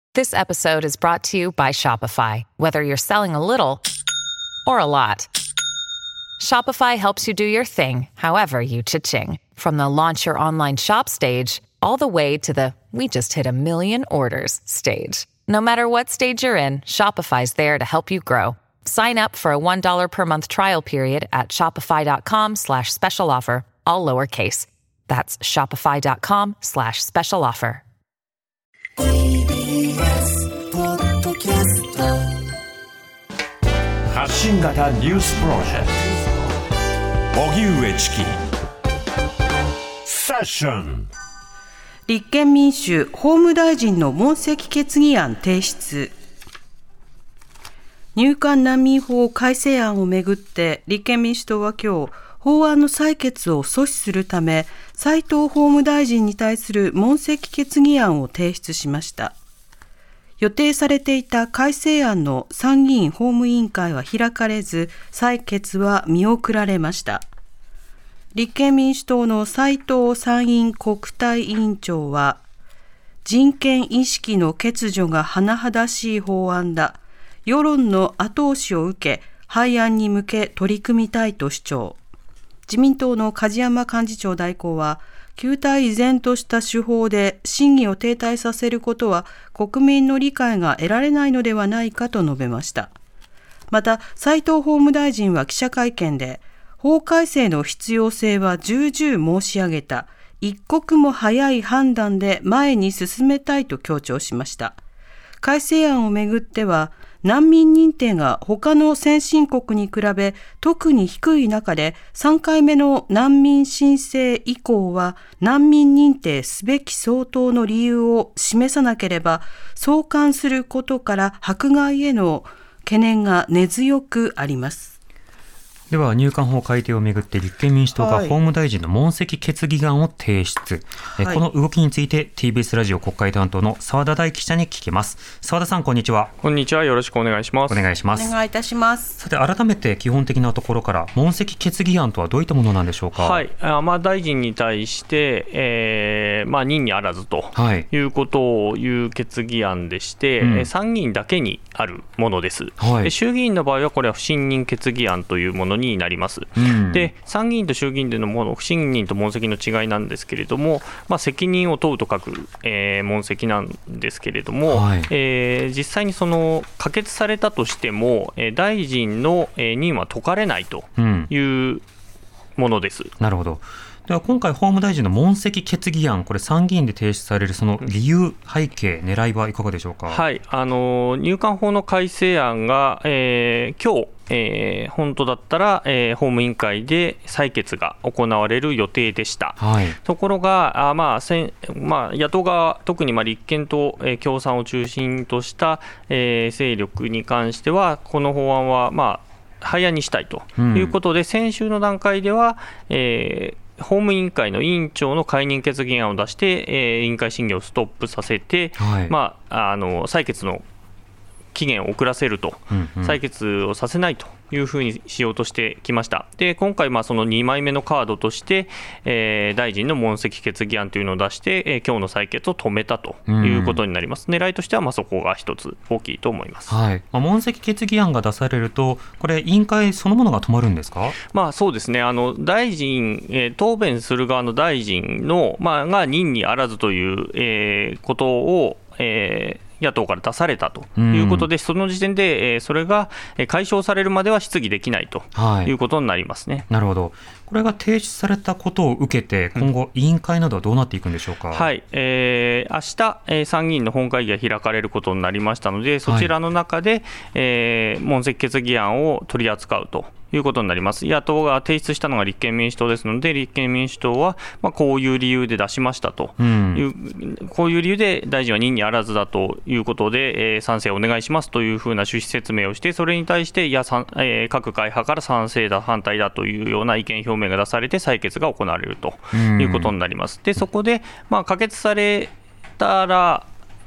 This episode is brought to you by Shopify. Whether you're selling a little or a lot, Shopify helps you do your thing, however you cha-ching. From the launch your online shop stage, all the way to the we just hit 1 million orders stage. No matter what stage you're in, Shopify's there to help you grow. Sign up for a $1 per month trial period at shopify.com/special offer, all lowercase. That's shopify.com/special offer. TBS ポッドキャスト発信型ニュースプロジェクト荻上チキセッション。 立憲民主法務大臣の問責決議案提出。入管難民法改正案をめぐって立憲民主党は今日法案の採決を阻止するため斉藤法務大臣に対する問責決議案を提出しました。予定されていた改正案の参議院法務委員会は開かれず、採決は見送られました。立憲民主党の斉藤参院国対委員長は、人権意識の欠如が甚だしい法案だ。世論の後押しを受け、廃案に向け取り組みたいと主張。自民党の梶山幹事長代行は、旧態依然とした手法で審議を停滞させることは国民の理解が得られないのではないかと述べました。また、斉藤法務大臣は記者会見で、法改正の必要性は重々申し上げた。一刻も早い判断で前に進めたいと強調しました。改正案をめぐっては、難民認定が他の先進国に比べ特に低い中で3回目の難民申請以降は難民認定すべき相当の理由を示さなければ送還することから迫害への懸念が根強くあります。 では入管法改定をめぐって立憲民主党が法務大臣の問責決議案を提出、この動きについて TBS ラジオ国会担当の澤田大記者に聞きます。澤田さん、こんにちは。 こんにちは、よろしくお願いします。 お願いします。 お願いいたします。 さて、改めて基本的なところから問責決議案とはどういったものなんでしょうか。 はい、大臣に対して、任にあらずということを言う決議案でして、参議院だけにあるものです。で衆議院の場合はこれは不信任決議案というものになります。で参議院と衆議院でのもの不信任と問責の違いなんですけれども、責任を問うと書く、問責なんですけれども、実際にその可決されたとしても、大臣の任は解かれないというものです。 なるほど。では今回法務大臣の問責決議案、これ参議院で提出されるその理由、背景、狙いはいかがでしょうか。 はい、入管法の改正案が、今日本当だったら、法務委員会で採決が行われる予定でした。ところが野党側、特に立憲と、共産を中心とした、勢力に関してはこの法案は廃案にしたいということで、先週の段階では、法務委員会の委員長の解任決議案を出して、委員会審議をストップさせて、採決の期限を遅らせると、採決をさせないというふうにしようとしてきました。で今回その2枚目のカードとして、大臣の問責決議案というのを出して、今日の採決を止めたということになります。狙いとしてはそこが一つ大きいと思います。 問責決議案が出されると、これ委員会そのものが止まるんですか。 そうですね、大臣、答弁する側の大臣の、が任にあらずという、ことを、野党から出されたということで、その時点で、それが解消されるまでは質疑できないということになりますね。 なるほど。これが提出されたことを受けて、今後委員会などはどうなっていくんでしょうか。 明日、参議院の本会議が開かれることになりましたので、そちらの中で、問責決議案を取り扱うということになります。野党が提出したのが立憲民主党ですので、立憲民主党はこういう理由で出しましたという、こういう理由で大臣は任にあらずだということで、賛成をお願いしますというふうな趣旨説明をして、それに対して各会派から賛成だ反対だというような意見表明が出されて採決が行われるということになります。でそこで可決されたら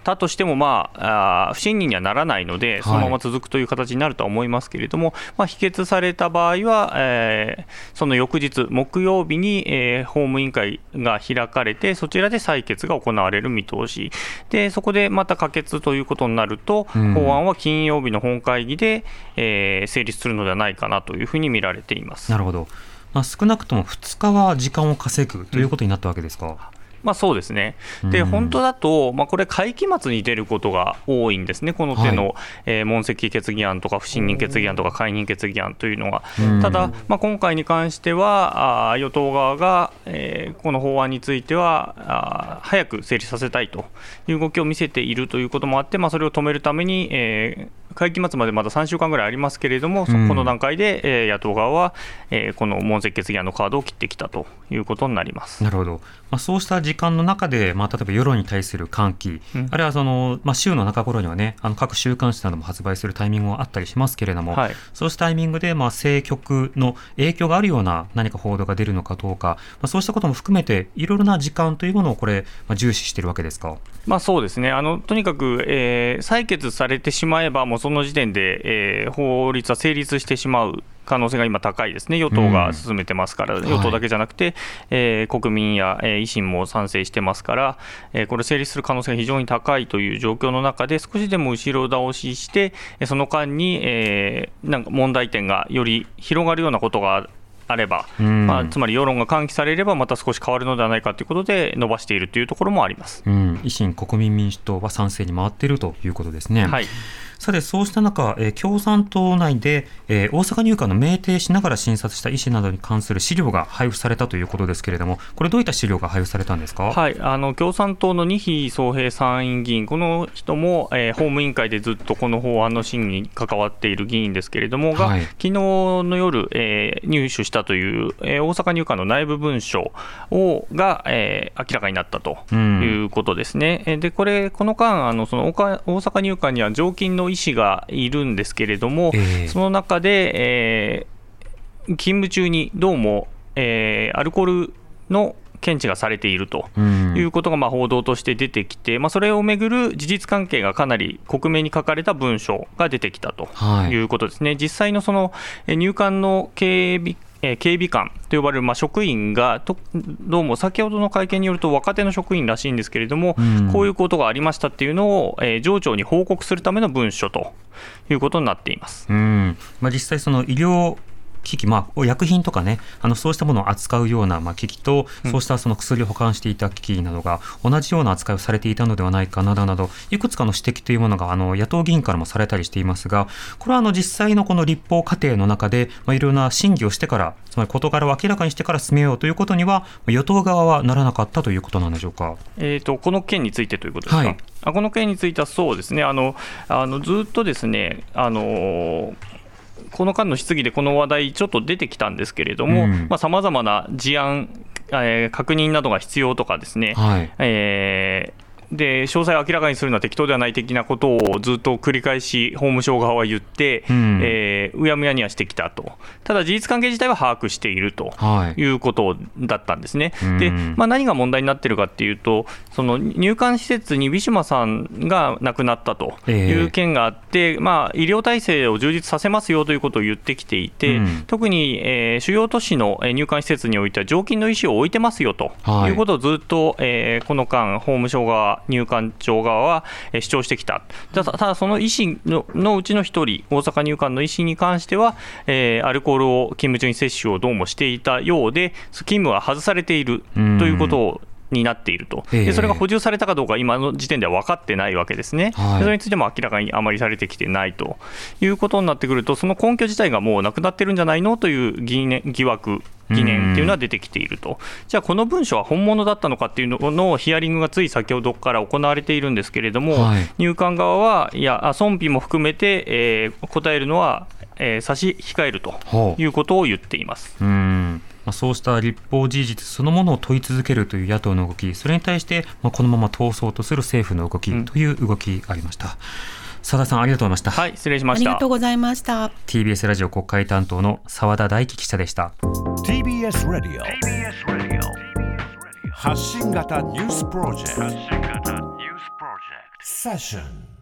たとしても、不信任にはならないので、そのまま続くという形になるとは思いますけれども、否決された場合は、その翌日、木曜日に、法務委員会が開かれて、そちらで採決が行われる見通しで、そこでまた可決ということになると、法案は金曜日の本会議で、成立するのではないかなというふうに見られています。 なるほど。少なくとも2日は時間を稼ぐということになったわけですか。 そうですね。で、本当だと、これ、会期末に出ることが多いんですね、この手の、問責決議案とか、不信任決議案とか、解任決議案というのは。ただ、今回に関しては、与党側が、この法案については、早く成立させたいという動きを見せているということもあって、それを止めるために、会期末までまだ3週間ぐらいありますけれども、この段階で、野党側は、この問責決議案のカードを切ってきたということになります。 なるほど。そうした時間の中で、例えば世論に対する喚起、あるいは週の中頃にはね、各週刊誌なども発売するタイミングもあったりしますけれども、そうしたタイミングで、政局の影響があるような何か報道が出るのかどうか、そうしたことも含めて、いろいろな時間というものをこれ、重視しているわけですか。 そうですね。とにかく、採決されてしまえば、もうその時点で、法律は成立してしまう可能性が今高いですね。与党が進めてますから、与党だけじゃなくて、国民や維新も賛成してますから、これ成立する可能性が非常に高いという状況の中で、少しでも後ろ倒しして、その間に、なんか問題点がより広がるようなことがあれば、つまり世論が喚起されればまた少し変わるのではないかということで伸ばしているというところもあります。 維新、国民民主党は賛成に回っているということですね。さて、そうした中、共産党内で、大阪入管の酩酊しながら診察した医師などに関する資料が配布されたということですけれども、これどういった資料が配布されたんですか。 共産党の二比宗平参院議員、この人も、法務委員会でずっとこの法案の審議に関わっている議員ですけれども、昨日の夜、入手したという、大阪入管の内部文書が、明らかになったということですね。で、この間その大阪入管には常勤の医師がいるんですけれども、その中で、勤務中にどうも、アルコールの検知がされているということが報道として出てきて、それをめぐる事実関係がかなり克明に書かれた文書が出てきたということですね。実際のその入管の警備官と呼ばれる職員がどうも先ほどの会見によると若手の職員らしいんですけれども、こういうことがありましたっていうのを上長に報告するための文書ということになっています。 実際その医療機器、薬品とかね、そうしたものを扱うような機器と、そうしたその薬を保管していた機器などが同じような扱いをされていたのではないかなどなど、いくつかの指摘というものが野党議員からもされたりしていますが、これは実際のこの立法過程の中で、いろんな審議をしてから、つまり事柄を明らかにしてから進めようということには、与党側はならなかったということなんでしょうか。 この件についてということですか。この件についてはそうですね、ずっとですね、この間の質疑でこの話題ちょっと出てきたんですけれども、さまざまな事案、確認などが必要とかですね、で詳細を明らかにするのは適当ではない的なことをずっと繰り返し法務省側は言って、うやむやにはしてきたと。ただ事実関係自体は把握しているということだったんですね。で、何が問題になっているかっていうと、その入管施設にウィシュマさんが亡くなったという件があって、医療体制を充実させますよということを言ってきていて、特に、主要都市の入管施設においては常勤の医師を置いてますよということをずっと、この間法務省側、入管庁側は主張してきた。ただその医師 のうちの一人、大阪入管の医師に関しては、アルコールを勤務中に摂取をどうもしていたようで、勤務は外されているということになっていると。でそれが補充されたかどうか今の時点では分かってないわけですね。それについても明らかにあまりされてきてないということになってくると、その根拠自体がもうなくなってるんじゃないのという疑念っていうのは出てきていると。じゃあこの文書は本物だったのかっていうののヒアリングがつい先ほどから行われているんですけれども、入管側はいや損否も含めて、答えるのは、差し控えるということを言っています。 そうした立法事実そのものを問い続けるという野党の動き、それに対して、このまま通そうとする政府の動きという動きがありました。澤田さん、ありがとうございました。 失礼しました。 ありがとうございました。 TBS ラジオ国会担当の澤田大樹記者でした。 TBS ラジオ発信型ニュースプロジェクト Session